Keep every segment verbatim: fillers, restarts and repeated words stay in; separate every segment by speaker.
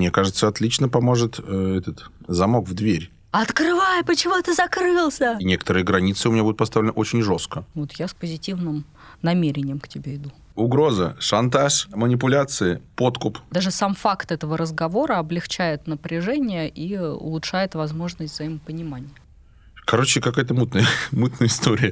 Speaker 1: Мне кажется, отлично поможет э, этот замок в дверь.
Speaker 2: Открывай, почему ты закрылся?
Speaker 1: И некоторые границы у меня будут поставлены очень жестко.
Speaker 2: Вот я с позитивным намерением к тебе иду.
Speaker 1: Угроза, шантаж, манипуляции, подкуп.
Speaker 2: Даже сам факт этого разговора облегчает напряжение и улучшает возможность взаимопонимания.
Speaker 1: Короче, какая-то мутная, мутная история.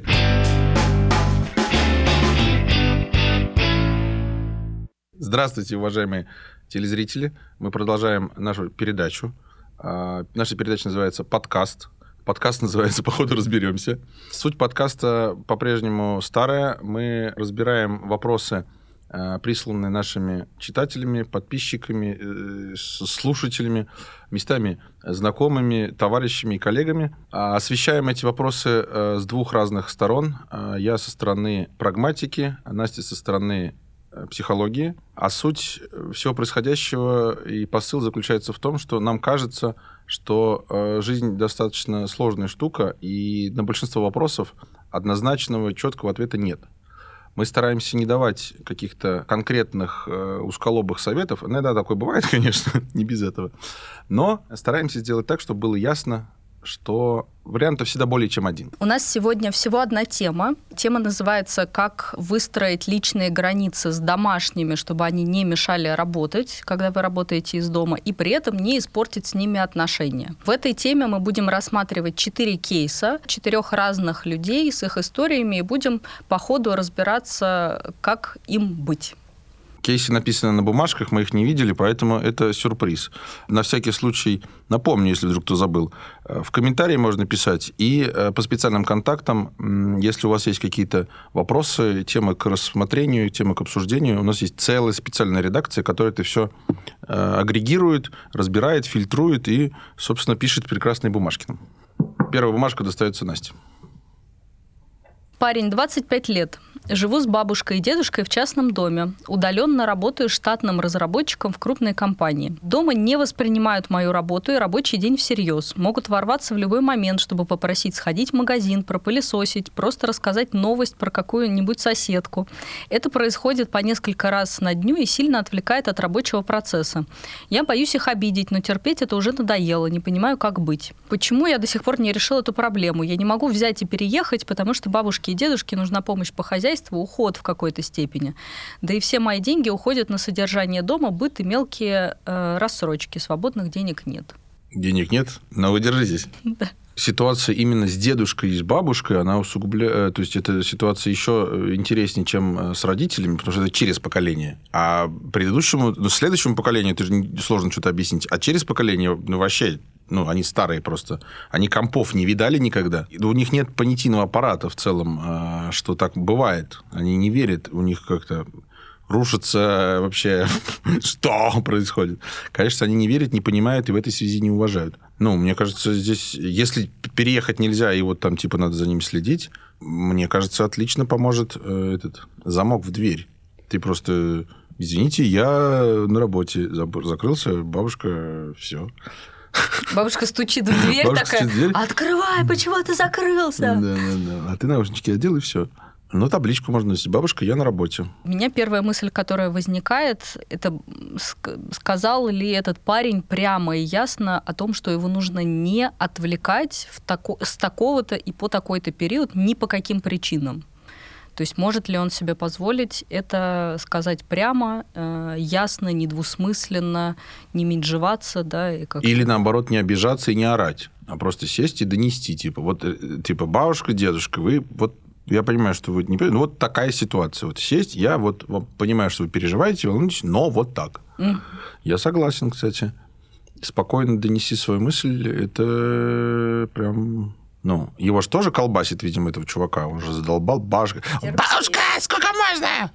Speaker 1: Здравствуйте, уважаемые телезрители. Мы продолжаем нашу передачу. Наша передача называется «Подкаст». Подкаст называется «Походу разберемся». Суть подкаста по-прежнему старая. Мы разбираем вопросы, присланные нашими читателями, подписчиками, слушателями, местами знакомыми, товарищами и коллегами. Освещаем эти вопросы с двух разных сторон. Я со стороны прагматики, Настя со стороны психологии. А суть всего происходящего и посыл заключается в том, что нам кажется, что жизнь достаточно сложная штука, и на большинство вопросов однозначного, четкого ответа нет. Мы стараемся не давать каких-то конкретных узколобых советов. Иногда такое бывает, конечно, не без этого. Но стараемся сделать так, чтобы было ясно, что вариантов всегда более чем один.
Speaker 2: У нас сегодня всего одна тема. Тема называется «Как выстроить личные границы с домашними, чтобы они не мешали работать, когда вы работаете из дома, и при этом не испортить с ними отношения». В этой теме мы будем рассматривать четыре кейса, четырех разных людей с их историями, и будем по ходу разбираться, как им быть.
Speaker 1: Кейсы написаны на бумажках, мы их не видели, поэтому это сюрприз. На всякий случай напомню, если вдруг кто забыл, в комментарии можно писать, и по специальным контактам, если у вас есть какие-то вопросы, темы к рассмотрению, темы к обсуждению, у нас есть целая специальная редакция, которая это все агрегирует, разбирает, фильтрует и, собственно, пишет прекрасные бумажки. Первая бумажка достается Насте.
Speaker 2: Парень, двадцать пять лет. Живу с бабушкой и дедушкой в частном доме. Удаленно работаю штатным разработчиком в крупной компании. Дома не воспринимают мою работу и рабочий день всерьез. Могут ворваться в любой момент, чтобы попросить сходить в магазин, пропылесосить, просто рассказать новость про какую-нибудь соседку. Это происходит по несколько раз на дню и сильно отвлекает от рабочего процесса. Я боюсь их обидеть, но терпеть это уже надоело, не понимаю, как быть. Почему я до сих пор не решила эту проблему? Я не могу взять и переехать, потому что бабушке и дедушке нужна помощь по хозяйству, уход в какой-то степени. Да и все мои деньги уходят на содержание дома, быт и мелкие э, рассрочки. Свободных денег нет.
Speaker 1: Денег нет, но вы держитесь.
Speaker 2: Да.
Speaker 1: Ситуация именно с дедушкой и с бабушкой, она усугубляет... То есть, эта ситуация еще интереснее, чем с родителями, потому что это через поколение. А предыдущему, ну, следующему поколению это же сложно что-то объяснить. А через поколение, ну, вообще... Ну, они старые просто. Они компов не видали никогда. У них нет понятийного аппарата в целом, что так бывает. Они не верят. У них как-то рушится вообще, что происходит. Конечно, они не верят, не понимают и в этой связи не уважают. Ну, мне кажется, здесь, если переехать нельзя, и вот там, типа, надо за ним следить, мне кажется, отлично поможет этот замок в дверь. Ты просто, извините, я на работе закрылся, бабушка, все.
Speaker 2: Бабушка стучит в дверь, бабушка такая, дверь. Открывай, почему ты закрылся?
Speaker 1: Да, да, да. А ты наушнички одел, и все. Ну, табличку можно носить. Бабушка, я на работе.
Speaker 2: У меня первая мысль, которая возникает, это сказал ли этот парень прямо и ясно о том, что его нужно не отвлекать в тако- с такого-то и по такой-то период ни по каким причинам. То есть может ли он себе позволить это сказать прямо, э, ясно, недвусмысленно, не менжеваться, да? И как...
Speaker 1: Или, наоборот, не обижаться и не орать, а просто сесть и донести. Типа, вот, типа бабушка, дедушка, вы... Вот, я понимаю, что вы не... Ну, вот такая ситуация. Вот сесть, я вот понимаю, что вы переживаете, волнуетесь, но вот так. Mm. Я согласен, кстати. Спокойно донеси свою мысль, это прям... Ну, его же тоже колбасит, видимо, этого чувака. Он же задолбал бабушка. Бабушка, сколько можно?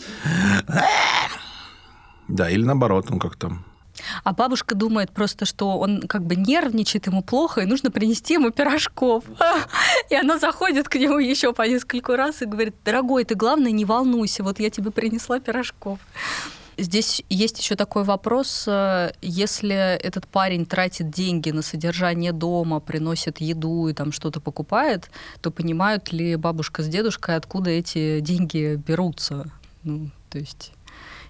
Speaker 1: Да, или наоборот, он как там.
Speaker 2: А бабушка думает просто, что он как бы нервничает, ему плохо, и нужно принести ему пирожков. И она заходит к нему еще по нескольку раз и говорит: дорогой, ты, главное, не волнуйся, вот я тебе принесла пирожков. Здесь есть еще такой вопрос, если этот парень тратит деньги на содержание дома, приносит еду и там что-то покупает, то понимают ли бабушка с дедушкой, откуда эти деньги берутся? Ну, то есть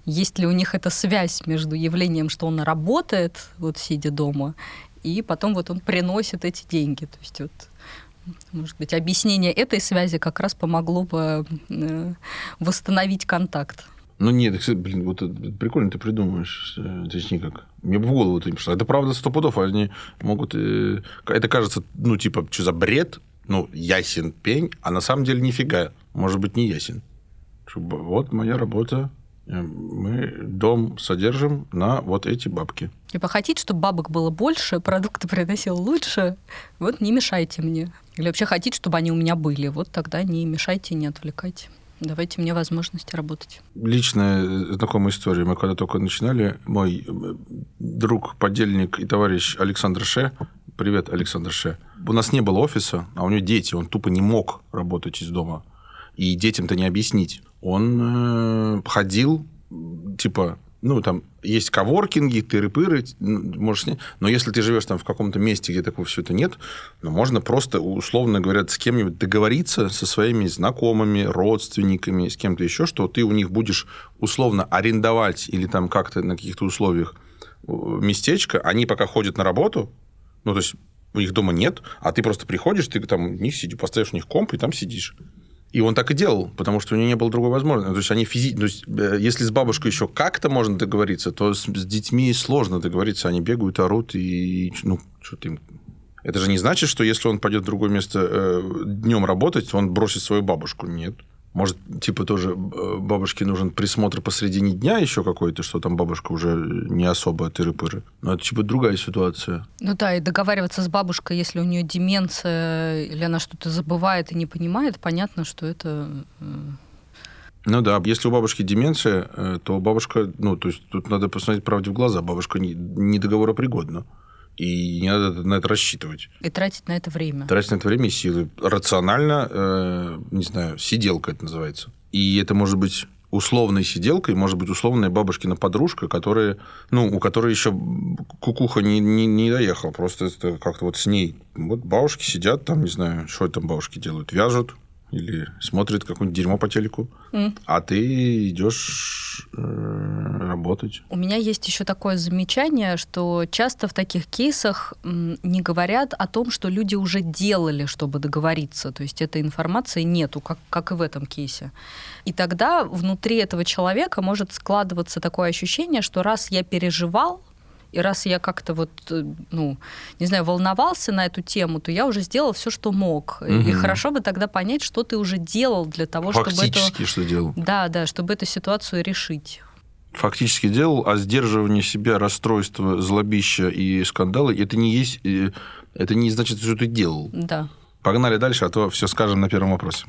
Speaker 2: есть ли у них эта связь между явлением, что он работает, вот сидя дома, и потом вот он приносит эти деньги. То есть вот, может быть, объяснение этой связи как раз помогло бы восстановить контакт.
Speaker 1: Ну нет, блин, вот это прикольно ты придумываешь, точнее как. Мне бы в голову это не пришло. Это правда сто пудов, они могут... Это кажется, ну типа, что за бред, ну ясен пень, а на самом деле нифига, может быть, не ясен. Вот моя работа, мы дом содержим на вот эти бабки.
Speaker 2: Типа, хотите, чтобы бабок было больше, продукты приносил лучше, вот не мешайте мне. Или вообще хотите, чтобы они у меня были, вот тогда не мешайте, не отвлекайте. Давайте мне возможности работать.
Speaker 1: Личная знакомая история. Мы когда только начинали, мой друг, подельник и товарищ Александр Ше, привет, Александр Ше, у нас не было офиса, а у него дети, он тупо не мог работать из дома. И детям-то не объяснить. Он э, ходил, типа, ну, там есть коворкинги, тыры-пыры, можешь снять. Но если ты живешь там в каком-то месте, где такого все это нет, ну, можно просто, условно говоря, с кем-нибудь договориться со своими знакомыми, родственниками, с кем-то еще, что ты у них будешь условно арендовать или там как-то на каких-то условиях местечко, они пока ходят на работу, ну, то есть у них дома нет, а ты просто приходишь, ты там у них сидишь, поставишь у них комп и там сидишь. И он так и делал, потому что у него не было другой возможности. То есть, они физи... то есть, если с бабушкой еще как-то можно договориться, то с, с детьми сложно договориться. Они бегают, орут, и ну, что-то им... Это же не значит, что если он пойдет в другое место э, днем работать, он бросит свою бабушку. Нет. Может, типа тоже бабушке нужен присмотр посредине дня еще какой-то, что там бабушка уже не особо тыры-пыры. Но это типа другая ситуация.
Speaker 2: Ну да, и договариваться с бабушкой, если у нее деменция, или она что-то забывает и не понимает, понятно, что это...
Speaker 1: Ну да, если у бабушки деменция, то бабушка... Ну, то есть тут надо посмотреть правде в глаза. Бабушка не договоропригодна. И не надо на это рассчитывать.
Speaker 2: И тратить на это время.
Speaker 1: Тратить на это время и силы. Рационально, э, не знаю, сиделка это называется. И это может быть условной сиделкой, может быть условная бабушкина подружка, которая, ну, у которой еще кукуха не, не, не доехала. Просто это как-то вот с ней. Вот бабушки сидят там, не знаю, что там бабушки делают. Вяжут или смотрят какое-нибудь дерьмо по телеку. Mm. А ты идешь э, работать.
Speaker 2: У меня есть еще такое замечание, что часто в таких кейсах не говорят о том, что люди уже делали, чтобы договориться. То есть этой информации нету, как, как и в этом кейсе. И тогда внутри этого человека может складываться такое ощущение, что раз я переживал, и раз я как-то вот, ну, не знаю, волновался на эту тему, то я уже сделал все, что мог. Угу. И хорошо бы тогда понять, что ты уже делал для того,
Speaker 1: Фактически,
Speaker 2: чтобы эту...
Speaker 1: что делал.
Speaker 2: Да, да, чтобы эту ситуацию решить.
Speaker 1: Фактически делал, а сдерживание себя, расстройство, злобища и скандалы, это не есть, это не значит, что ты делал.
Speaker 2: Да.
Speaker 1: Погнали дальше, а то все скажем на первом вопросе.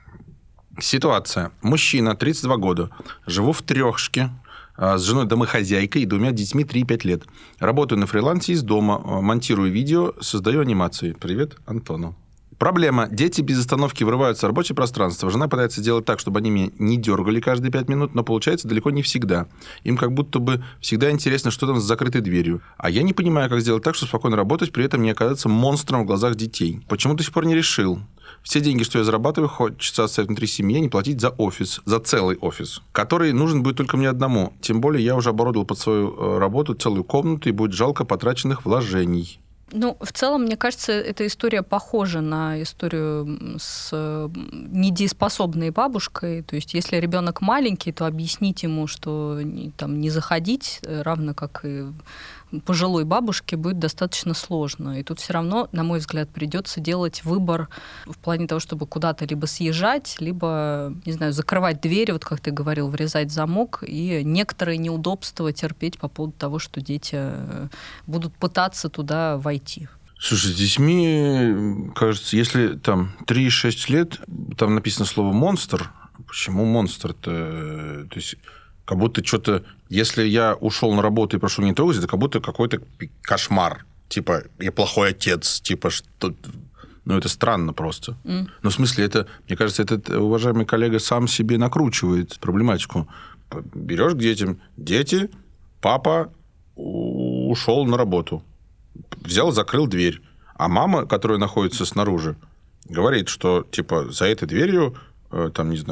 Speaker 1: Ситуация. Мужчина, тридцать два года, живу в трёхшке, с женой домохозяйкой и двумя детьми три-пять лет. Работаю на фрилансе из дома, монтирую видео, создаю анимации. Привет Антону. Проблема. Дети без остановки врываются в рабочее пространство. Жена пытается сделать так, чтобы они меня не дергали каждые пять минут, но получается далеко не всегда. Им как будто бы всегда интересно, что там за закрытой дверью. А я не понимаю, как сделать так, чтобы спокойно работать, при этом не оказаться монстром в глазах детей. Почему до сих пор не решил? Все деньги, что я зарабатываю, хочется оставить внутри семьи, не платить за офис, за целый офис, который нужен будет только мне одному. Тем более я уже оборудовал под свою работу целую комнату, и будет жалко потраченных вложений.
Speaker 2: Ну, в целом, мне кажется, эта история похожа на историю с недееспособной бабушкой. То есть, если ребенок маленький, то объяснить ему, что там, не заходить, равно как и пожилой бабушке, будет достаточно сложно. И тут все равно, на мой взгляд, придется делать выбор в плане того, чтобы куда-то либо съезжать, либо, не знаю, закрывать двери, вот как ты говорил, врезать замок, и некоторые неудобства терпеть по поводу того, что дети будут пытаться туда войти.
Speaker 1: Слушай, с детьми, кажется, если там три-шесть лет, там написано слово «монстр», почему монстр-то? То есть... Как будто что-то... Если я ушел на работу и прошу не трогать, это как будто какой-то кошмар. Типа, я плохой отец. Типа, что... Ну, это странно просто. Mm. Ну, в смысле, это... Мне кажется, этот уважаемый коллега сам себе накручивает проблематику. Берешь к детям. Дети, папа ушел на работу. Взял, закрыл дверь. А мама, которая находится снаружи, говорит, что, типа, за этой дверью, там, не знаю...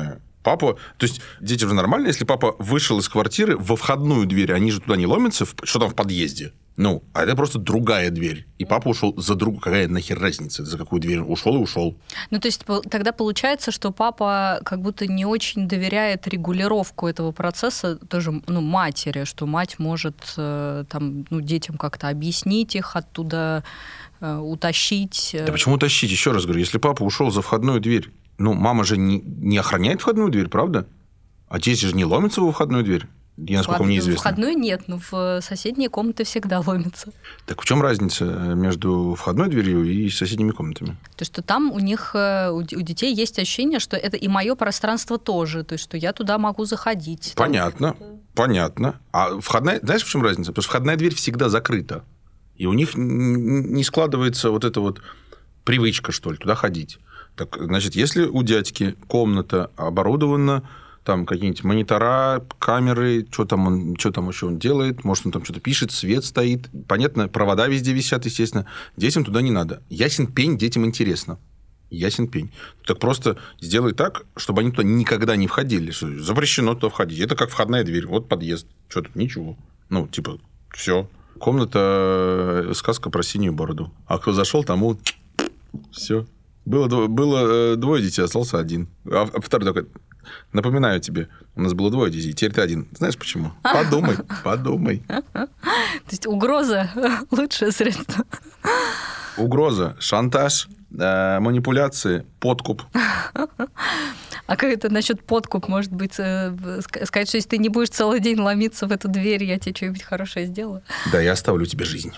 Speaker 1: Папа... То есть дети же нормально, если папа вышел из квартиры во входную дверь, они же туда не ломятся, что там в подъезде? Ну, а это просто другая дверь. И папа ушел за другую. Какая нахер разница, за какую дверь? Ушел и ушел.
Speaker 2: Ну, то есть тогда получается, что папа как будто не очень доверяет регулировку этого процесса тоже, ну, матери, что мать может там, ну, детям как-то объяснить их, оттуда э, утащить.
Speaker 1: Да почему утащить? Еще раз говорю, если папа ушел за входную дверь, ну, мама же не, не охраняет входную дверь, правда? А дети же не ломятся во входную дверь. Я, насколько мне известно.
Speaker 2: Входной нет, но в соседние комнаты всегда ломятся.
Speaker 1: Так в чем разница между входной дверью и соседними комнатами?
Speaker 2: То, что там у них, у детей есть ощущение, что это и мое пространство тоже, то есть что я туда могу заходить.
Speaker 1: Понятно, там... понятно. А входная, знаешь, в чем разница? Потому что входная дверь всегда закрыта, и у них не складывается вот эта вот привычка, что ли, туда ходить. Так, значит, если у дядьки комната оборудована, там какие-нибудь монитора, камеры, что там, он, что там еще он делает, может, он там что-то пишет, свет стоит, понятно, провода везде висят, естественно. Детям туда не надо. Ясен пень, детям интересно. Ясен пень. Так просто сделай так, чтобы они туда никогда не входили. Запрещено туда входить. Это как входная дверь. Вот подъезд. Что тут? Ничего. Ну, типа, все. Комната, сказка про синюю бороду. А кто зашел, тому все. Было, было двое детей, остался один. А второй такой... Напоминаю тебе, у нас было двое детей, теперь ты один. Знаешь почему? Подумай, подумай.
Speaker 2: То есть угроза – лучшее средство.
Speaker 1: Угроза, шантаж, э, манипуляции, подкуп.
Speaker 2: А как это насчет подкуп? Может быть, э, сказать, что если ты не будешь целый день ломиться в эту дверь, я тебе что-нибудь хорошее сделаю?
Speaker 1: Да, я оставлю тебе жизнь.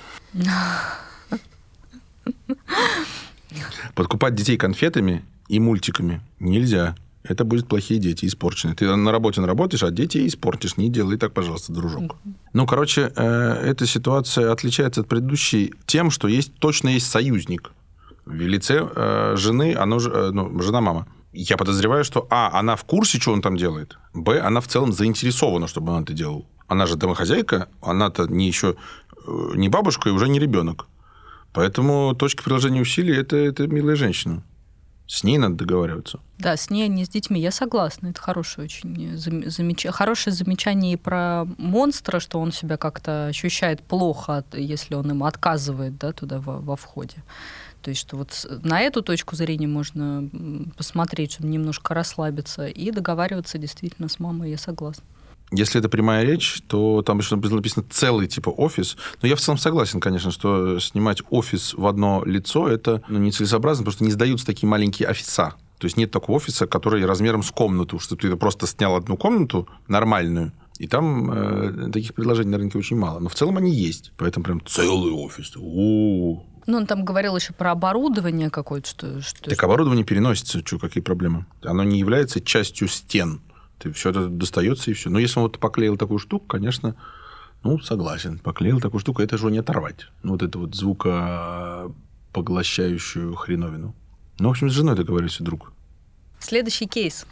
Speaker 1: Подкупать детей конфетами и мультиками нельзя. Это будут плохие дети, испорченные. Ты на работе наработаешь, а дети испортишь. Не делай так, пожалуйста, дружок. Mm-hmm. Ну, короче, э, эта ситуация отличается от предыдущей тем, что есть, точно есть союзник. В лице э, жены, оно, э, ну, жена-мама. Я подозреваю, что, а, она в курсе, что он там делает, б, она в целом заинтересована, чтобы он это делал. Она же домохозяйка, она-то не еще э, не бабушка и уже не ребенок. Поэтому точка приложения усилий – это, это милая женщина. С ней надо договариваться.
Speaker 2: Да, с ней, не с детьми. Я согласна. Это хорошее очень замеч... хорошее замечание и про монстра, что он себя как-то ощущает плохо, если он им отказывает, да, туда во, во входе. То есть, что вот на эту точку зрения можно посмотреть, чтобы немножко расслабиться и договариваться действительно с мамой. Я согласна.
Speaker 1: Если это прямая речь, то там еще написано целый типа офис. Но я в целом согласен, конечно, что снимать офис в одно лицо – это ну, нецелесообразно, потому что не сдаются такие маленькие офиса. То есть нет такого офиса, который размером с комнату, что ты просто снял одну комнату нормальную, и там э, таких предложений на рынке очень мало. Но в целом они есть. Поэтому прям целый офис. У-у-у.
Speaker 2: Ну, он там говорил еще про оборудование какое-то. Что, что...
Speaker 1: Так оборудование переносится. Что, какие проблемы? Оно не является частью стен. Ты все это достается и все. Но если он вот поклеил такую штуку, конечно, ну, согласен. Поклеил такую штуку, это же не оторвать. Ну, вот это вот звукопоглощающую хреновину. Ну, в общем, с женой договорились, друг.
Speaker 2: Следующий кейс.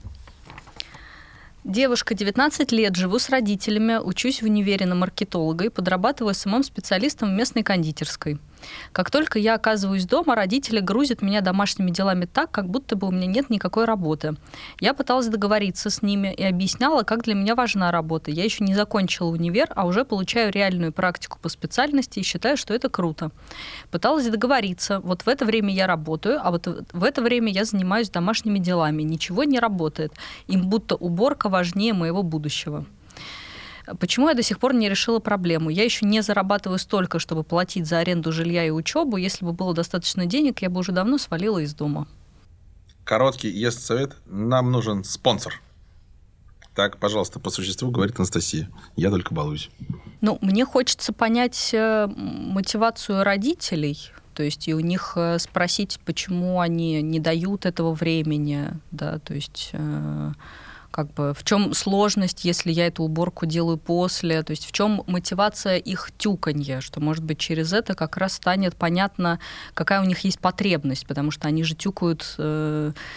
Speaker 2: Девушка, девятнадцать лет, живу с родителями, учусь в универе на маркетолога и подрабатываю эс эм эм-специалистом в местной кондитерской. Как только я оказываюсь дома, родители грузят меня домашними делами так, как будто бы у меня нет никакой работы. Я пыталась договориться с ними и объясняла, как для меня важна работа. Я еще не закончила универ, а уже получаю реальную практику по специальности и считаю, что это круто. Пыталась договориться. Вот в это время я работаю, а вот в это время я занимаюсь домашними делами. Ничего не работает. Им будто уборка важнее моего будущего. Почему я до сих пор не решила проблему? Я еще не зарабатываю столько, чтобы платить за аренду жилья и учебу. Если бы было достаточно денег, я бы уже давно свалила из дома.
Speaker 1: Короткий ест-совет. Нам нужен спонсор. Так, пожалуйста, по существу, говорит Анастасия. Я только балуюсь.
Speaker 2: Ну, мне хочется понять мотивацию родителей. То есть и у них спросить, почему они не дают этого времени. Да, то есть... Как бы, в чем сложность, если я эту уборку делаю после? То есть в чем мотивация их тюканья? Что, может быть, через это как раз станет понятно, какая у них есть потребность, потому что они же тюкают э,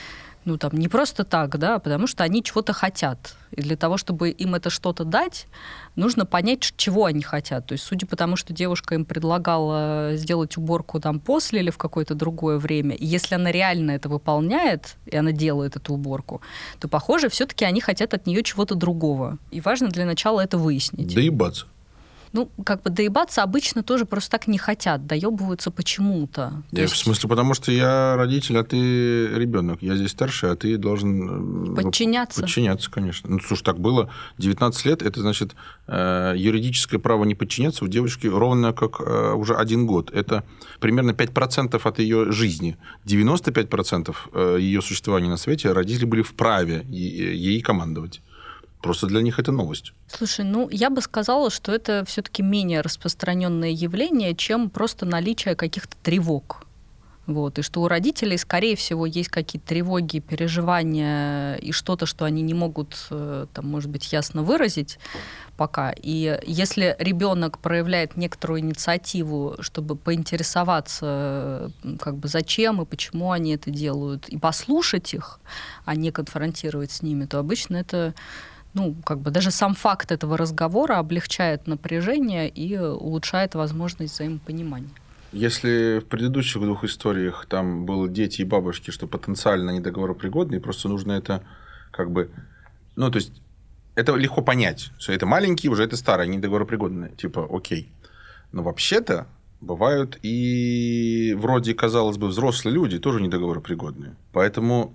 Speaker 2: Ну, там, не просто так, да, потому что они чего-то хотят. И для того, чтобы им это что-то дать, нужно понять, чего они хотят. То есть, судя по тому, что девушка им предлагала сделать уборку там после или в какое-то другое время, и если она реально это выполняет, и она делает эту уборку, то, похоже, все-таки они хотят от нее чего-то другого. И важно для начала это выяснить.
Speaker 1: Доебаться.
Speaker 2: Ну, как бы доебаться обычно тоже просто так не хотят, доебываются почему-то.
Speaker 1: Я, есть... В смысле, потому что я родитель, а ты ребенок. Я здесь старший, а ты должен...
Speaker 2: Подчиняться.
Speaker 1: Подчиняться, конечно. Ну, слушай, так было. девятнадцать лет, это значит юридическое право не подчиняться у девочки ровно как уже один год. Это примерно пять процентов от ее жизни. девяносто пять процентов ее существования на свете родители были вправе ей командовать. Просто для них это новость.
Speaker 2: Слушай, ну, я бы сказала, что это все-таки менее распространенное явление, чем просто наличие каких-то тревог. Вот. И что у родителей, скорее всего, есть какие-то тревоги, переживания и что-то, что они не могут, там, может быть, ясно выразить пока. И если ребенок проявляет некоторую инициативу, чтобы поинтересоваться, как бы, зачем и почему они это делают, и послушать их, а не конфронтировать с ними, то обычно это... Ну, как бы даже сам факт этого разговора облегчает напряжение и улучшает возможность взаимопонимания.
Speaker 1: Если в предыдущих двух историях там было дети и бабушки, что потенциально недоговоропригодные, просто нужно это как бы... Ну, то есть, это легко понять, что это маленькие, уже это старые, недоговоропригодные. Типа, окей. Но вообще-то бывают и вроде, казалось бы, взрослые люди тоже недоговоропригодные. Поэтому...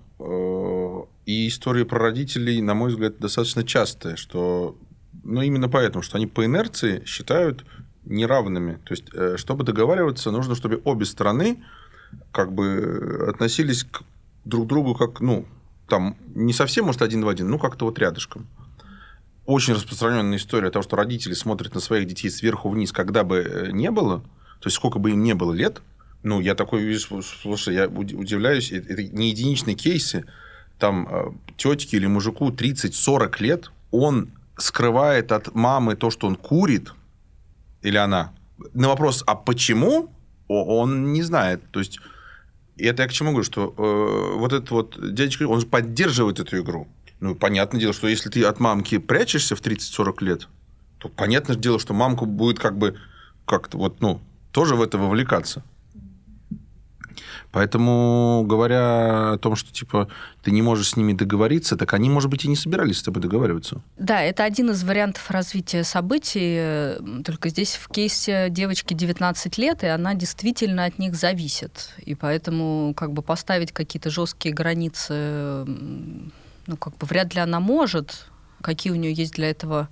Speaker 1: И истории про родителей, на мой взгляд, достаточно частые, что, ну, именно поэтому, что они по инерции считают неравными. То есть, чтобы договариваться, нужно, чтобы обе стороны как бы относились к друг другу как, ну, там, не совсем, может, один в один, ну, как-то вот рядышком. Очень распространенная история того, что родители смотрят на своих детей сверху вниз, когда бы не было, то есть, сколько бы им не было лет. Ну, я такой вижу, слушай, я удивляюсь, это не единичные кейсы. Там тетке или мужику тридцать-сорок лет, он скрывает от мамы то, что он курит, или она. На вопрос, а почему, он не знает. То есть, это я к чему говорю, что э, вот этот вот дядечка, он же поддерживает эту игру. Ну, понятное дело, что если ты от мамки прячешься в тридцать-сорок лет, то понятное дело, что мамка будет как бы как-то вот, ну, тоже в это вовлекаться. Поэтому, говоря о том, что, типа, ты не можешь с ними договориться, так они, может быть, и не собирались с тобой договариваться.
Speaker 2: Да, это один из вариантов развития событий. Только здесь в кейсе девочки девятнадцать лет, и она действительно от них зависит. И поэтому, как бы, поставить какие-то жесткие границы, ну, как бы, вряд ли она может. Какие у нее есть для этого...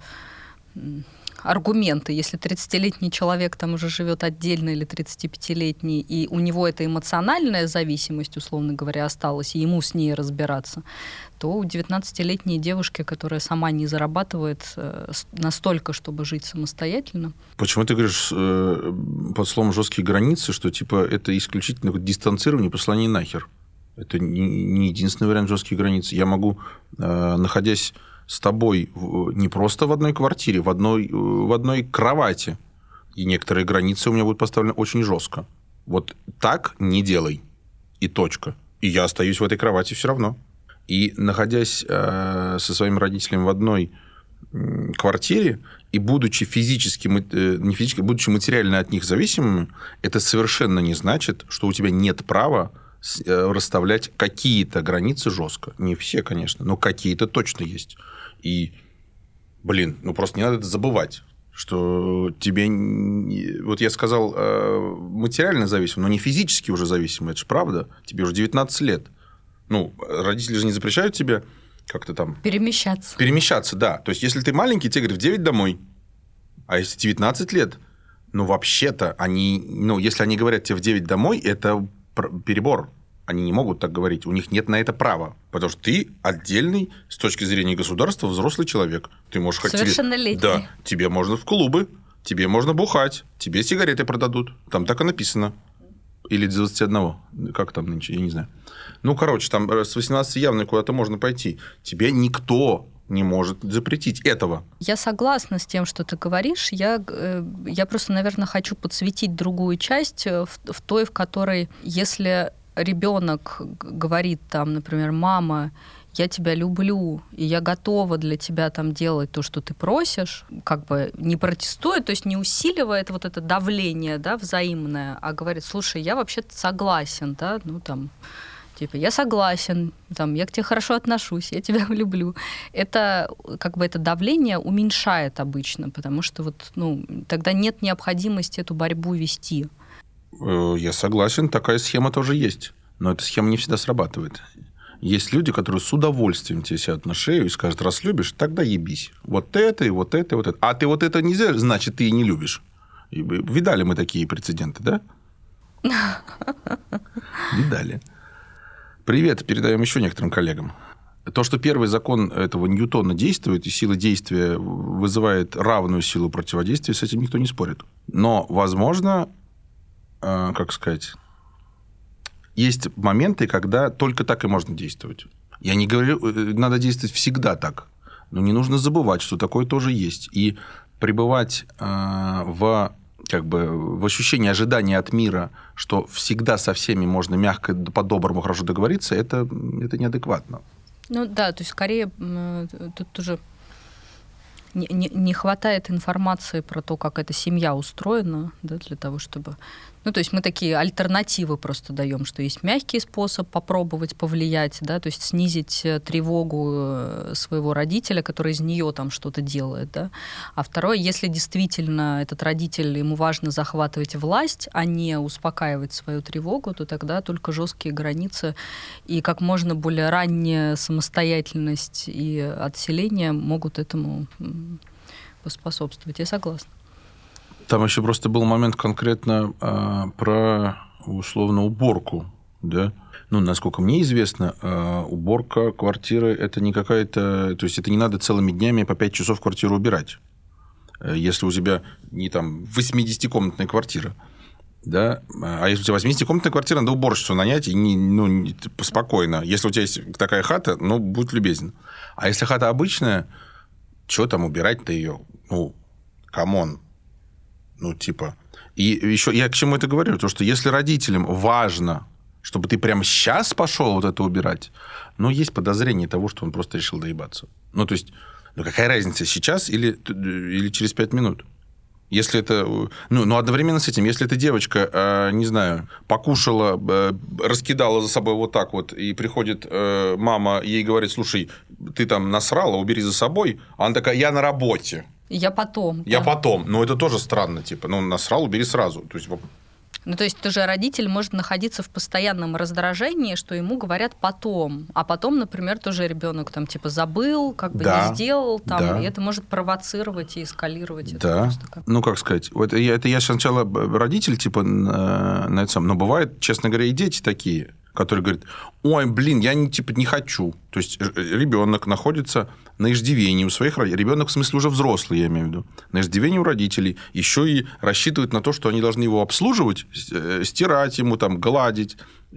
Speaker 2: аргументы. Если тридцатилетний человек там уже живет отдельно или тридцатипятилетний, и у него эта эмоциональная зависимость, условно говоря, осталась, и ему с ней разбираться, то у девятнадцатилетней девушки, которая сама не зарабатывает настолько, чтобы жить самостоятельно.
Speaker 1: Почему ты говоришь э, под словом «жесткие границы», что типа это исключительно дистанцирование, послание нахер? Это не, не единственный вариант жестких границ. Я могу, э, находясь с тобой не просто в одной квартире, в одной, в одной кровати. И некоторые границы у меня будут поставлены очень жестко. Вот так не делай. И точка. И я остаюсь в этой кровати все равно. И находясь э, со своими родителями в одной э, квартире и будучи физически, э, не физически, будучи материально от них зависимыми, это совершенно не значит, что у тебя нет права э, расставлять какие-то границы жестко. Не все, конечно, но какие-то точно есть. И, блин, ну просто не надо это забывать, что тебе... Вот я сказал, материально зависим, но не физически уже зависим, это же правда. Тебе уже девятнадцать лет. Ну, родители же не запрещают тебе как-то там...
Speaker 2: Перемещаться.
Speaker 1: Перемещаться, да. То есть, если ты маленький, тебе говорят, в девять домой. А если девятнадцать лет, ну, вообще-то, они... Ну, если они говорят тебе в девять домой, это перебор. Они не могут так говорить. У них нет на это права. Потому что ты отдельный, с точки зрения государства, взрослый человек. Ты можешь хотеть...
Speaker 2: Совершеннолетний.
Speaker 1: Да. Тебе можно в клубы, тебе можно бухать, тебе сигареты продадут. Там так и написано. Или до двадцати одного. Как там нынче, я не знаю. Ну, короче, там с восемнадцати явно куда-то можно пойти. Тебе никто не может запретить этого.
Speaker 2: Я согласна с тем, что ты говоришь. Я, я просто, наверное, хочу подсветить другую часть в, в той, в которой, если ребенок говорит там, например, мама, я тебя люблю, и я готова для тебя там делать то, что ты просишь, как бы не протестует, то есть не усиливает вот это давление, да, взаимное, а говорит, слушай, я вообще-то согласен, да, ну там, типа, я согласен, там, я к тебе хорошо отношусь, я тебя люблю. Это, как бы, это давление уменьшает обычно, потому что вот, ну, тогда нет необходимости эту борьбу вести.
Speaker 1: Я согласен, такая схема тоже есть, но эта схема не всегда срабатывает. Есть люди, которые с удовольствием тебе сядут на шею и скажут, раз любишь, тогда ебись. Вот это, и вот это, и вот это. А ты вот это нельзя, значит, ты и не любишь. Видали мы такие прецеденты, да? Видали. Привет, передаем еще некоторым коллегам. То, что первый закон этого Ньютона действует, и сила действия вызывает равную силу противодействия, с этим никто не спорит. Но, возможно, как сказать... Есть моменты, когда только так и можно действовать. Я не говорю, надо действовать всегда так. Но не нужно забывать, что такое тоже есть. И пребывать э, в, как бы, в ощущении ожидания от мира, что всегда со всеми можно мягко, по-доброму, хорошо договориться, это, это неадекватно.
Speaker 2: Ну да, то есть скорее тут уже не, не, не хватает информации про то, как эта семья устроена, да, для того, чтобы... Ну, то есть мы такие альтернативы просто даем, что есть мягкий способ попробовать повлиять, да, то есть снизить тревогу своего родителя, который из нее там что-то делает, да. А второе, если действительно этот родитель, ему важно захватывать власть, а не успокаивать свою тревогу, то тогда только жесткие границы и как можно более ранняя самостоятельность и отселение могут этому поспособствовать. Я согласна.
Speaker 1: Там еще просто был момент конкретно а, про, условно, уборку, да. Ну, насколько мне известно, а, уборка квартиры – это не какая-то... То есть, это не надо целыми днями по пять часов квартиру убирать. Если у тебя не там восьмидесятикомнатная квартира, да, а если у тебя восьмидесятикомнатная квартира, надо уборщицу нанять, и не, ну, не, спокойно. Если у тебя есть такая хата, ну, будь любезен. А если хата обычная, что там убирать-то ее? Ну, камон. Ну, типа... И еще я к чему это говорю? То, что если родителям важно, чтобы ты прямо сейчас пошел вот это убирать, ну, есть подозрение того, что он просто решил доебаться. Ну, то есть, ну, какая разница, сейчас или, или через пять минут? Если это... Ну, ну, одновременно с этим, если эта девочка, э, не знаю, покушала, э, раскидала за собой вот так вот, и приходит э, мама, ей говорит, слушай, ты там насрала, убери за собой, а она такая, я на работе.
Speaker 2: Я потом.
Speaker 1: Я
Speaker 2: да.
Speaker 1: потом. Но это тоже странно. Типа, ну, насрал, убери сразу. То есть...
Speaker 2: Ну, то есть, тоже родитель может находиться в постоянном раздражении, что ему говорят потом. А потом, например, тоже ребенок там, типа, забыл, как бы
Speaker 1: да,
Speaker 2: не сделал, там,
Speaker 1: да.
Speaker 2: и это может провоцировать и эскалировать.
Speaker 1: Да.
Speaker 2: Это как...
Speaker 1: Ну, как сказать, это я, это я сначала родитель, типа, на, на это сам. Но бывает, честно говоря, и дети такие, которые говорят, ой, блин, я не, типа, не хочу. То есть, ребенок находится на иждивении у своих родителей. Ребенок, в смысле, уже взрослый, я имею в виду. На иждивении у родителей. Еще и рассчитывает на то, что они должны его обслуживать, стирать ему, там, гладить,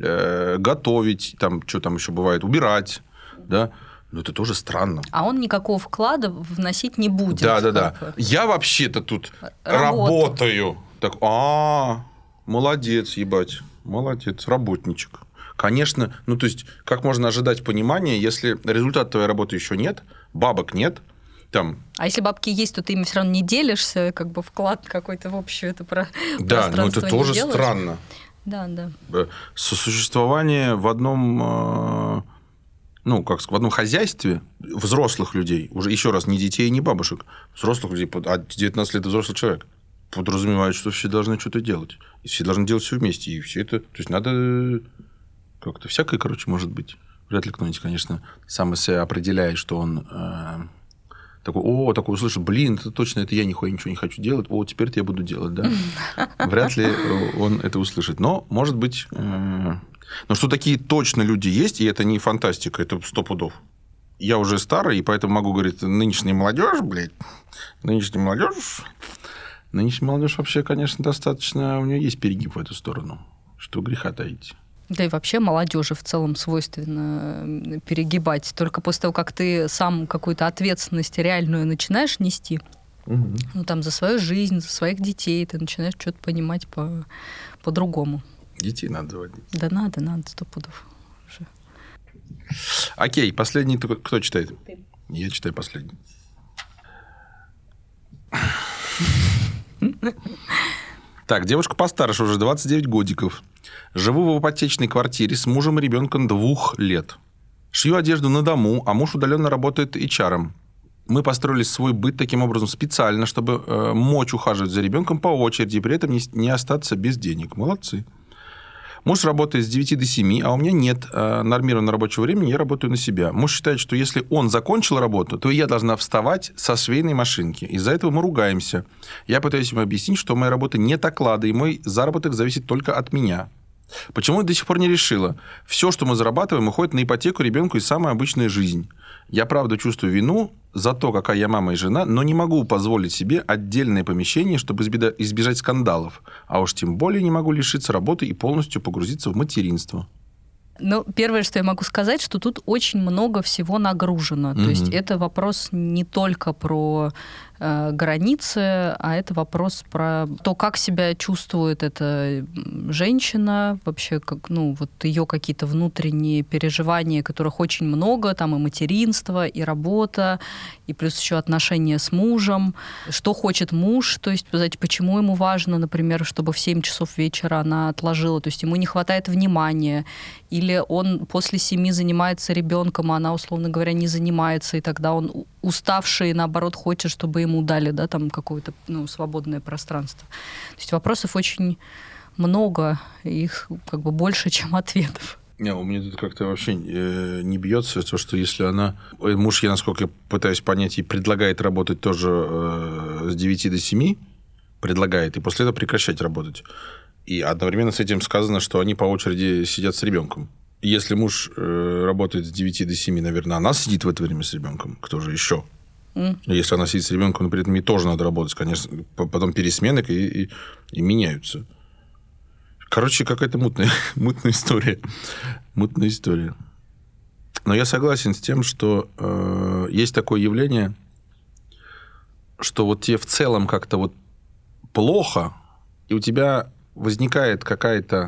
Speaker 1: готовить, там, что там еще бывает, убирать. Да? Ну, это тоже странно.
Speaker 2: А он никакого вклада вносить не будет.
Speaker 1: Да, да, да. Я вообще-то тут
Speaker 2: Работу.
Speaker 1: работаю. Так, а, молодец, ебать. Молодец, работничек. Конечно, ну, то есть, как можно ожидать понимания, если результата твоей работы еще нет, бабок нет, там...
Speaker 2: А если бабки есть, то ты ими все равно не делишься, как бы вклад какой-то в общую это про
Speaker 1: Да, но это тоже
Speaker 2: делаешь.
Speaker 1: странно.
Speaker 2: Да, да.
Speaker 1: Сосуществование в одном, ну, как сказать, в одном хозяйстве взрослых людей, уже еще раз, не детей, не бабушек, взрослых людей, а девятнадцать лет взрослый человек, подразумевает, что все должны что-то делать. И все должны делать все вместе. И все это... То есть, надо... Как-то всякое, короче, может быть. Вряд ли кто-нибудь, конечно, сам себя определяет, что он э, такой, о, такой услышит, блин, это точно, это я нихуя ничего не хочу делать, о, теперь-то я буду делать, да? Вряд ли он это услышит. Но, может быть... Э, но что такие точно люди есть, и это не фантастика, это сто пудов. Я уже старый, и поэтому могу говорить, нынешняя молодежь, блядь, нынешняя молодежь... Нынешняя молодежь вообще, конечно, достаточно... У нее есть перегиб в эту сторону. Что греха таить.
Speaker 2: Да и вообще молодежи в целом свойственно перегибать. Только после того, как ты сам какую-то ответственность реальную начинаешь нести, угу. ну, там, за свою жизнь, за своих детей, ты начинаешь что-то понимать по- по-другому.
Speaker 1: Детей надо заводить.
Speaker 2: Да надо, надо, сто пудов. Уже.
Speaker 1: Окей, последний кто читает?
Speaker 2: Ты.
Speaker 1: Я читаю последний. Так, девушка постарше, уже двадцать девять годиков. Живу в ипотечной квартире с мужем и ребенком двух лет. Шью одежду на дому, а муж удаленно работает эйч ар-ом. Мы построили свой быт таким образом специально, чтобы э, мочь ухаживать за ребенком по очереди и при этом не, не остаться без денег. Молодцы. Муж работает с девяти до семи, а у меня нет э, нормированного рабочего времени, я работаю на себя. Муж считает, что если он закончил работу, то я должна вставать со швейной машинки. Из-за этого мы ругаемся. Я пытаюсь ему объяснить, что моя работа нет оклада, и мой заработок зависит только от меня. Почему я до сих пор не решила? Все, что мы зарабатываем, уходит на ипотеку ребенку и самая обычная жизнь. Я, правда, чувствую вину за то, какая я мама и жена, но не могу позволить себе отдельное помещение, чтобы избежать скандалов. А уж тем более не могу лишиться работы и полностью погрузиться в материнство.
Speaker 2: Ну, первое, что я могу сказать, что тут очень много всего нагружено. Mm-hmm. То есть это вопрос не только про э, границы, а это вопрос про то, как себя чувствует эта женщина, вообще, как, ну, вот ее какие-то внутренние переживания, которых очень много, там и материнство, и работа, и плюс еще отношения с мужем, что хочет муж, то есть, знаете, почему ему важно, например, чтобы в семь часов вечера она отложила, то есть ему не хватает внимания, или он после семи занимается ребенком, а она, условно говоря, не занимается, и тогда он уставший, наоборот, хочет, чтобы ему дали, да, там какое-то, ну, свободное пространство. То есть вопросов очень много, их как бы больше, чем ответов.
Speaker 1: Не, у меня тут как-то вообще э, не бьется то, что если она... Муж, я, насколько я пытаюсь понять, ей предлагает работать тоже э, с девяти до семи, предлагает, и после этого прекращать работать. И одновременно с этим сказано, что они по очереди сидят с ребенком. Если муж э, работает с девяти до семи, наверное, она сидит в это время с ребенком. Кто же еще? Mm. Если она сидит с ребенком, но при этом ей тоже надо работать, конечно, потом пересменок и, и, и меняются. Короче, какая-то мутная, мутная история. Мутная история. Но я согласен с тем, что э, есть такое явление, что вот тебе в целом как-то вот плохо, и у тебя возникает какая-то,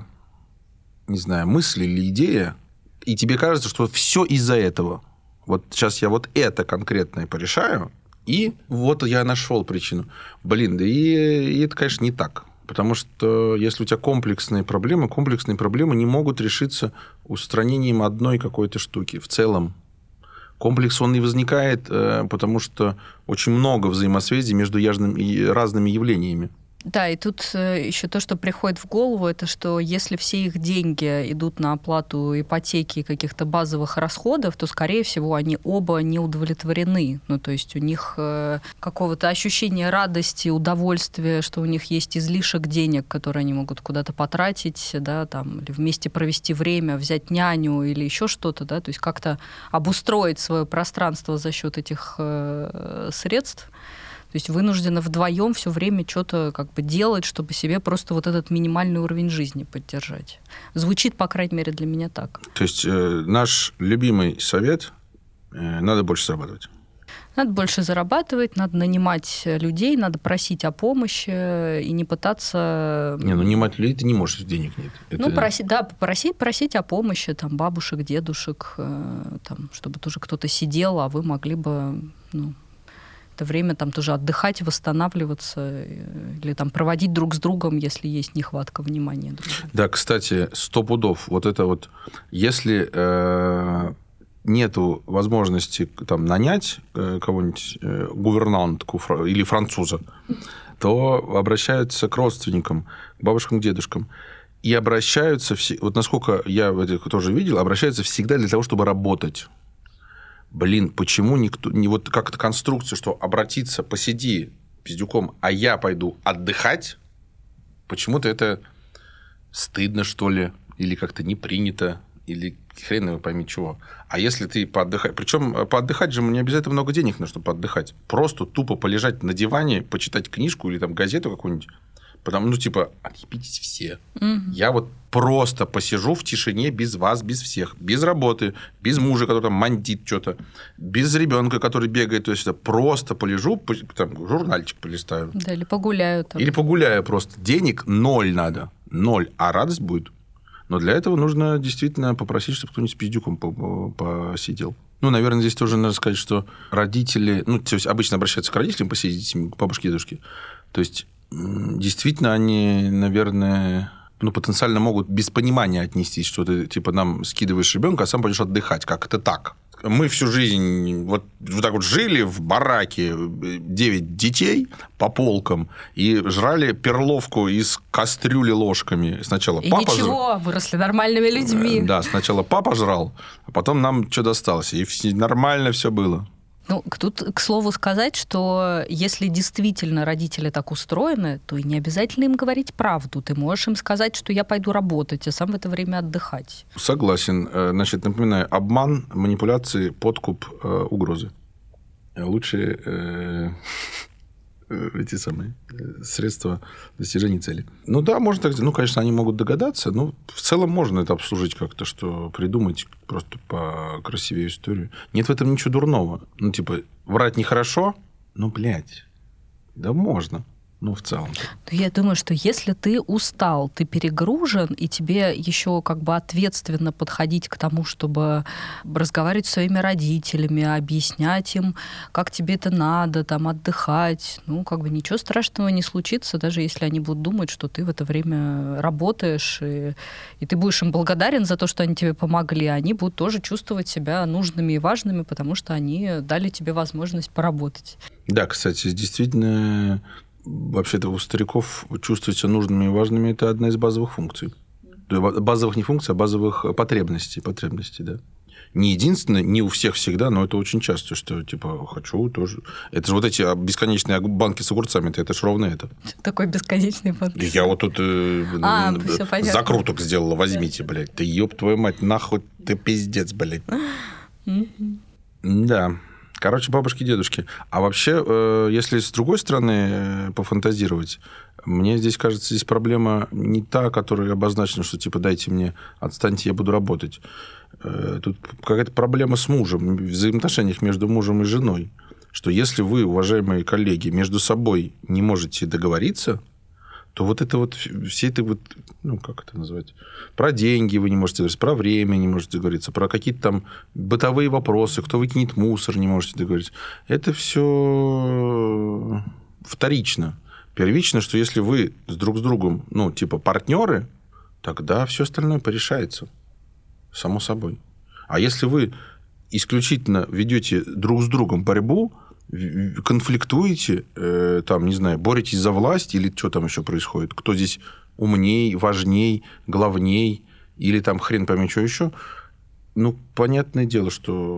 Speaker 1: не знаю, мысль или идея, и тебе кажется, что все из-за этого. Вот сейчас я вот это конкретное порешаю, и вот я нашел причину. Блин, да и, и это, конечно, не так. Потому что если у тебя комплексные проблемы, комплексные проблемы не могут решиться устранением одной какой-то штуки. В целом комплекс, он и возникает, потому что очень много взаимосвязи между разными явлениями.
Speaker 2: Да, и тут еще то, что приходит в голову, это что если все их деньги идут на оплату ипотеки и каких-то базовых расходов, то, скорее всего, они оба не удовлетворены. Ну, то есть у них э, какого-то ощущения радости, удовольствия, что у них есть излишек денег, которые они могут куда-то потратить, да, там, или вместе провести время, взять няню или еще что-то, да, то есть как-то обустроить свое пространство за счет этих э, средств. То есть вынуждена вдвоем все время что-то как бы делать, чтобы себе просто вот этот минимальный уровень жизни поддержать. Звучит, по крайней мере, для меня так.
Speaker 1: То есть э, наш любимый совет э, – надо больше зарабатывать.
Speaker 2: Надо больше зарабатывать, надо нанимать людей, надо просить о помощи и не пытаться...
Speaker 1: Не, ну нанимать людей ты не можешь, денег нет. Это...
Speaker 2: Ну, просить, да, просить, просить о помощи там, бабушек, дедушек, э, там, чтобы тоже кто-то сидел, а вы могли бы... Ну, это время там тоже отдыхать, восстанавливаться или там проводить друг с другом, если есть нехватка внимания друг другу.
Speaker 1: Да, кстати, сто пудов. Вот это вот, если э, нету возможности там нанять э, кого-нибудь э, гувернантку фра- или француза, то обращаются к родственникам, к бабушкам, к дедушкам. И обращаются, все, вот насколько я это тоже видел, обращаются всегда для того, чтобы работать. Блин, почему никто... Не вот как-то конструкция, что обратиться, посиди пиздюком, а я пойду отдыхать, почему-то это стыдно, что ли, или как-то не принято, или хрен его пойми чего. А если ты поотдыхаешь... Причем поотдыхать же не обязательно много денег нужно, чтобы поотдыхать. Просто тупо полежать на диване, почитать книжку или там газету какую-нибудь. Потому, ну, типа, отъебитесь все. Угу. Я вот просто посижу в тишине без вас, без всех. Без работы, без мужа, который там мандит что-то. Без ребенка, который бегает. То есть, просто полежу, там, журнальчик полистаю.
Speaker 2: Да, или погуляю. Там.
Speaker 1: Или погуляю просто. Денег ноль надо. Ноль. А радость будет. Но для этого нужно действительно попросить, чтобы кто-нибудь с пиздюком посидел. Ну, наверное, здесь тоже надо сказать, что родители... Ну, то есть, обычно обращаются к родителям посидеть, к бабушке и дедушке. То есть, действительно, они, наверное... ну, потенциально могут без понимания отнестись, что ты, типа, нам скидываешь ребенка, а сам пойдешь отдыхать. Как это так? Мы всю жизнь вот, вот так вот жили в бараке, девять детей по полкам, и жрали перловку из кастрюли ложками. Сначала
Speaker 2: и
Speaker 1: папа
Speaker 2: ничего,
Speaker 1: жрал.
Speaker 2: Выросли нормальными людьми.
Speaker 1: Да, сначала папа жрал, а потом нам что досталось. И все, нормально все было.
Speaker 2: Ну, тут, к слову сказать, что если действительно родители так устроены, то и не обязательно им говорить правду. Ты можешь им сказать, что я пойду работать, а сам в это время отдыхать.
Speaker 1: Согласен. Значит, напоминаю, обман, манипуляции, подкуп, угрозы. Лучшие э, эти самые средства достижения цели. Ну да, можно так сделать. Ну, конечно, они могут догадаться, но в целом можно это обслужить как-то, что придумать просто покрасивее историю. Нет в этом ничего дурного. Ну, типа, врать нехорошо, ну, блядь, да можно. Ну, в целом.
Speaker 2: Я думаю, что если ты устал, ты перегружен, и тебе еще как бы ответственно подходить к тому, чтобы разговаривать с своими родителями, объяснять им, как тебе это надо, там, отдыхать, ну, как бы ничего страшного не случится, даже если они будут думать, что ты в это время работаешь, и, и ты будешь им благодарен за то, что они тебе помогли, они будут тоже чувствовать себя нужными и важными, потому что они дали тебе возможность поработать.
Speaker 1: Да, кстати, действительно... Вообще-то у стариков чувствовать себя нужными и важными – это одна из базовых функций. Базовых не функций, а базовых потребностей. потребностей, да. Не единственное, не у всех всегда, но это очень часто, что типа хочу тоже. Это же вот эти бесконечные банки с огурцами, это же ровно это.
Speaker 2: Такой бесконечный банк.
Speaker 1: Я вот тут
Speaker 2: а,
Speaker 1: закруток сделала, возьмите, блядь. Да ёб твою мать, нахуй ты пиздец, блядь. Да. Короче, бабушки и дедушки. А вообще, если с другой стороны пофантазировать, мне здесь кажется, здесь проблема не та, которая обозначена, что типа дайте мне, отстаньте, я буду работать. Тут какая-то проблема с мужем, в взаимоотношениях между мужем и женой. Что если вы, уважаемые коллеги, между собой не можете договориться, то вот это вот, все это вот, ну, как это назвать, про деньги вы не можете договориться, про время не можете договориться, про какие-то там бытовые вопросы, кто выкинет мусор, не можете договориться. Это все вторично. Первично, что если вы с друг с другом, ну, типа партнеры, тогда все остальное порешается. Само собой. А если вы исключительно ведете друг с другом борьбу, конфликтуете, э, там, не знаю, боретесь за власть или что там еще происходит, кто здесь умней, важней, главней, или там хрен пойми, что еще, ну, понятное дело,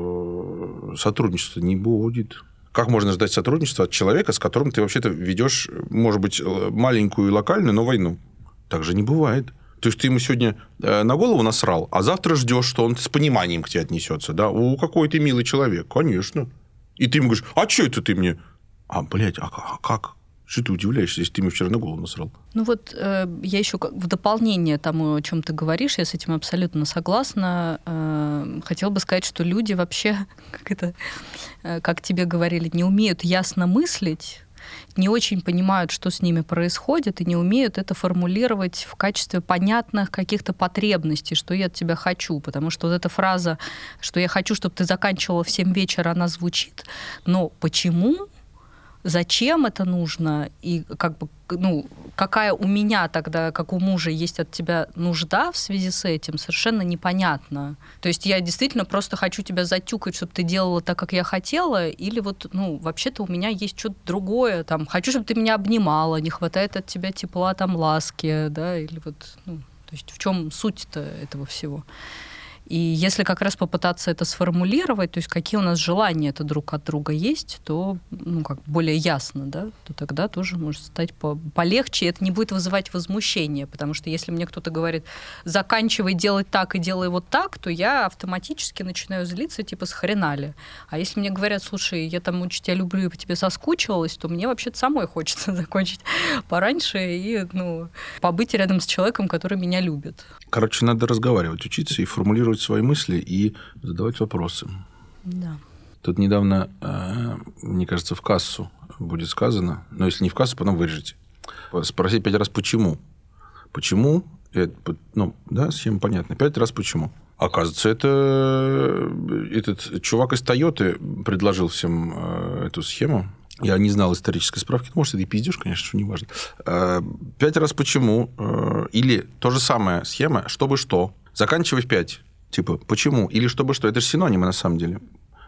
Speaker 1: что сотрудничества не будет. Как можно ждать сотрудничества от человека, с которым ты вообще-то ведешь, может быть, маленькую и локальную, но войну? Так же не бывает. То есть ты ему сегодня на голову насрал, а завтра ждешь, что он с пониманием к тебе отнесется. Да? О, какой ты милый человек. Конечно. И ты ему говоришь, а что это ты мне? А, блядь, а, а как? Что ты удивляешься, если ты мне вчера на голову насрал?
Speaker 2: Ну вот э, я еще как, в дополнение тому, о чем ты говоришь, я с этим абсолютно согласна. Э, хотела бы сказать, что люди вообще, как это, э, как тебе говорили, не умеют ясно мыслить, не очень понимают, что с ними происходит, и не умеют это формулировать в качестве понятных каких-то потребностей, что я от тебя хочу. Потому что вот эта фраза, что я хочу, чтобы ты заканчивала в семь вечера, она звучит, но почему, зачем это нужно, и как бы, ну, какая у меня тогда, как у мужа, есть от тебя нужда в связи с этим, совершенно непонятно. То есть я действительно просто хочу тебя затюкать, чтобы ты делала так, как я хотела, или вот, ну, вообще-то у меня есть что-то другое, там, хочу, чтобы ты меня обнимала, не хватает от тебя тепла, там, ласки, да, или вот, ну, то есть в чем суть-то этого всего? И если как раз попытаться это сформулировать, то есть какие у нас желания это друг от друга есть, то, ну, как более ясно, да, то тогда тоже может стать по- полегче, и это не будет вызывать возмущение, потому что если мне кто-то говорит, заканчивай делать так и делай вот так, то я автоматически начинаю злиться, типа, схренали. А если мне говорят, слушай, я там очень тебя люблю и по тебе соскучивалась, то мне вообще-то самой хочется закончить пораньше и, ну, побыть рядом с человеком, который меня любит.
Speaker 1: Короче, надо разговаривать, учиться и формулировать свои мысли и задавать вопросы.
Speaker 2: Да.
Speaker 1: Тут недавно, мне кажется, в кассу будет сказано, но если не в кассу, потом вырежете. Спросить пять раз, почему. Почему Это, ну, да, схема понятна. Пять раз почему. Оказывается, это этот чувак из Тойоты предложил всем эту схему. Я не знал исторической справки. Может, это и пиздеж, конечно, что не важно. Пять раз почему. Или то же самое схема, чтобы что. Заканчивай в пять. Типа, почему? Или чтобы что. Это же синонимы, на самом деле.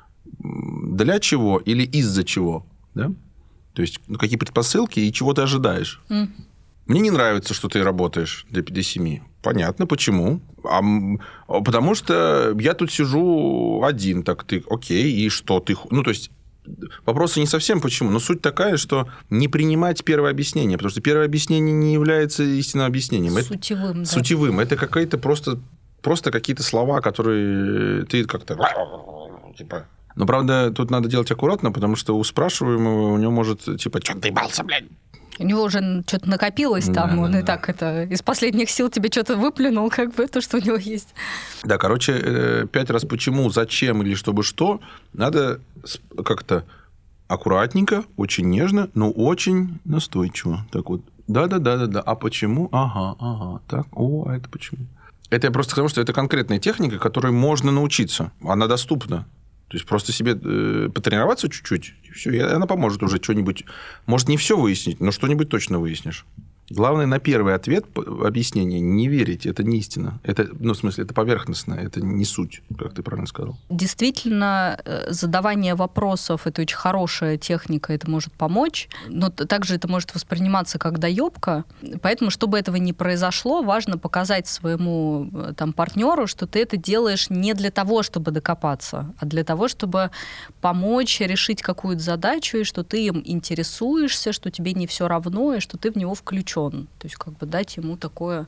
Speaker 1: Для чего или из-за чего. Да? То есть, ну, какие предпосылки и чего ты ожидаешь. Mm. Мне не нравится, что ты работаешь до пяти семи. Понятно, почему. А, потому что я тут сижу один. Так ты, окей, и что ты... Ну, то есть... Вопросы не совсем почему, но суть такая, что не принимать первое объяснение, потому что первое объяснение не является истинным объяснением.
Speaker 2: Сутевым.
Speaker 1: Это,
Speaker 2: да.
Speaker 1: Сутевым. Это какие-то просто, просто какие-то слова, которые ты как-то... Типа... Но, правда, тут надо делать аккуратно, потому что у спрашиваемого у него может, типа, что ты ебался, блядь?
Speaker 2: У него уже что-то накопилось там, да, он да, и да. так это из последних сил тебе что-то выплюнул, как бы то, что у него есть.
Speaker 1: Да, короче, пять раз почему, зачем или чтобы что, надо как-то аккуратненько, очень нежно, но очень настойчиво. Так вот, да-да-да-да-да, а почему? Ага, ага, так, о, а это почему? Это я просто к тому, что это конкретная техника, которой можно научиться, она доступна. То есть просто себе э, потренироваться чуть-чуть, и все, и она поможет уже что-нибудь. Может, не все выяснить, но что-нибудь точно выяснишь. Главное, на первый ответ объяснение не верить. Это не истина. Это, ну, в смысле, это поверхностно, это не суть, как ты правильно сказал.
Speaker 2: Действительно, задавание вопросов – это очень хорошая техника, это может помочь, но также это может восприниматься как доебка. Поэтому, чтобы этого не произошло, важно показать своему там, партнеру, что ты это делаешь не для того, чтобы докопаться, а для того, чтобы помочь решить какую-то задачу, и что ты им интересуешься, что тебе не все равно, и что ты в него включен. То есть, как бы дать ему такое...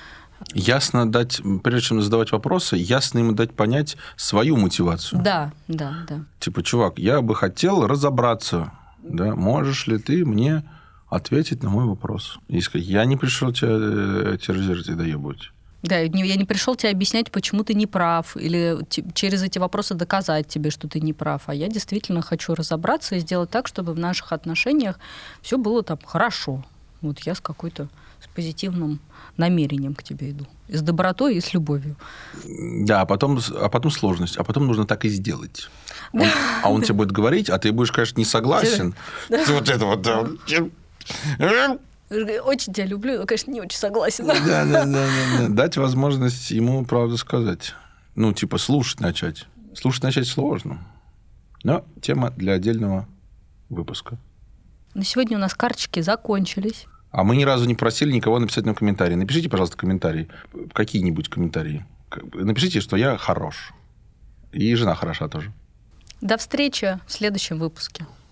Speaker 1: Ясно дать, прежде чем задавать вопросы, ясно ему дать понять свою мотивацию.
Speaker 2: Да, да, да.
Speaker 1: Типа, чувак, я бы хотел разобраться, да, можешь ли ты мне ответить на мой вопрос? И сказать, я не пришел тебя терроризировать и доебывать.
Speaker 2: Да, я не пришел тебе объяснять, почему ты не прав, или через эти вопросы доказать тебе, что ты не прав. А я действительно хочу разобраться и сделать так, чтобы в наших отношениях все было там хорошо. Вот я с какой-то с позитивным намерением к тебе иду. И с добротой, и с любовью.
Speaker 1: Да, а потом, а потом сложность. А потом нужно так и сделать. Он, а он тебе будет говорить, а ты будешь, конечно, не согласен. Вот это вот.
Speaker 2: Очень тебя люблю, но, конечно, не очень согласен.
Speaker 1: Да, да, да, да. Дать возможность ему правду сказать. Ну, типа, слушать начать. Слушать начать сложно. Но тема для отдельного выпуска.
Speaker 2: На сегодня у нас карточки закончились.
Speaker 1: А мы ни разу не просили никого написать нам комментарии. Напишите, пожалуйста, комментарии. Какие-нибудь комментарии. Напишите, что я хорош. И жена хороша тоже.
Speaker 2: До встречи в следующем выпуске.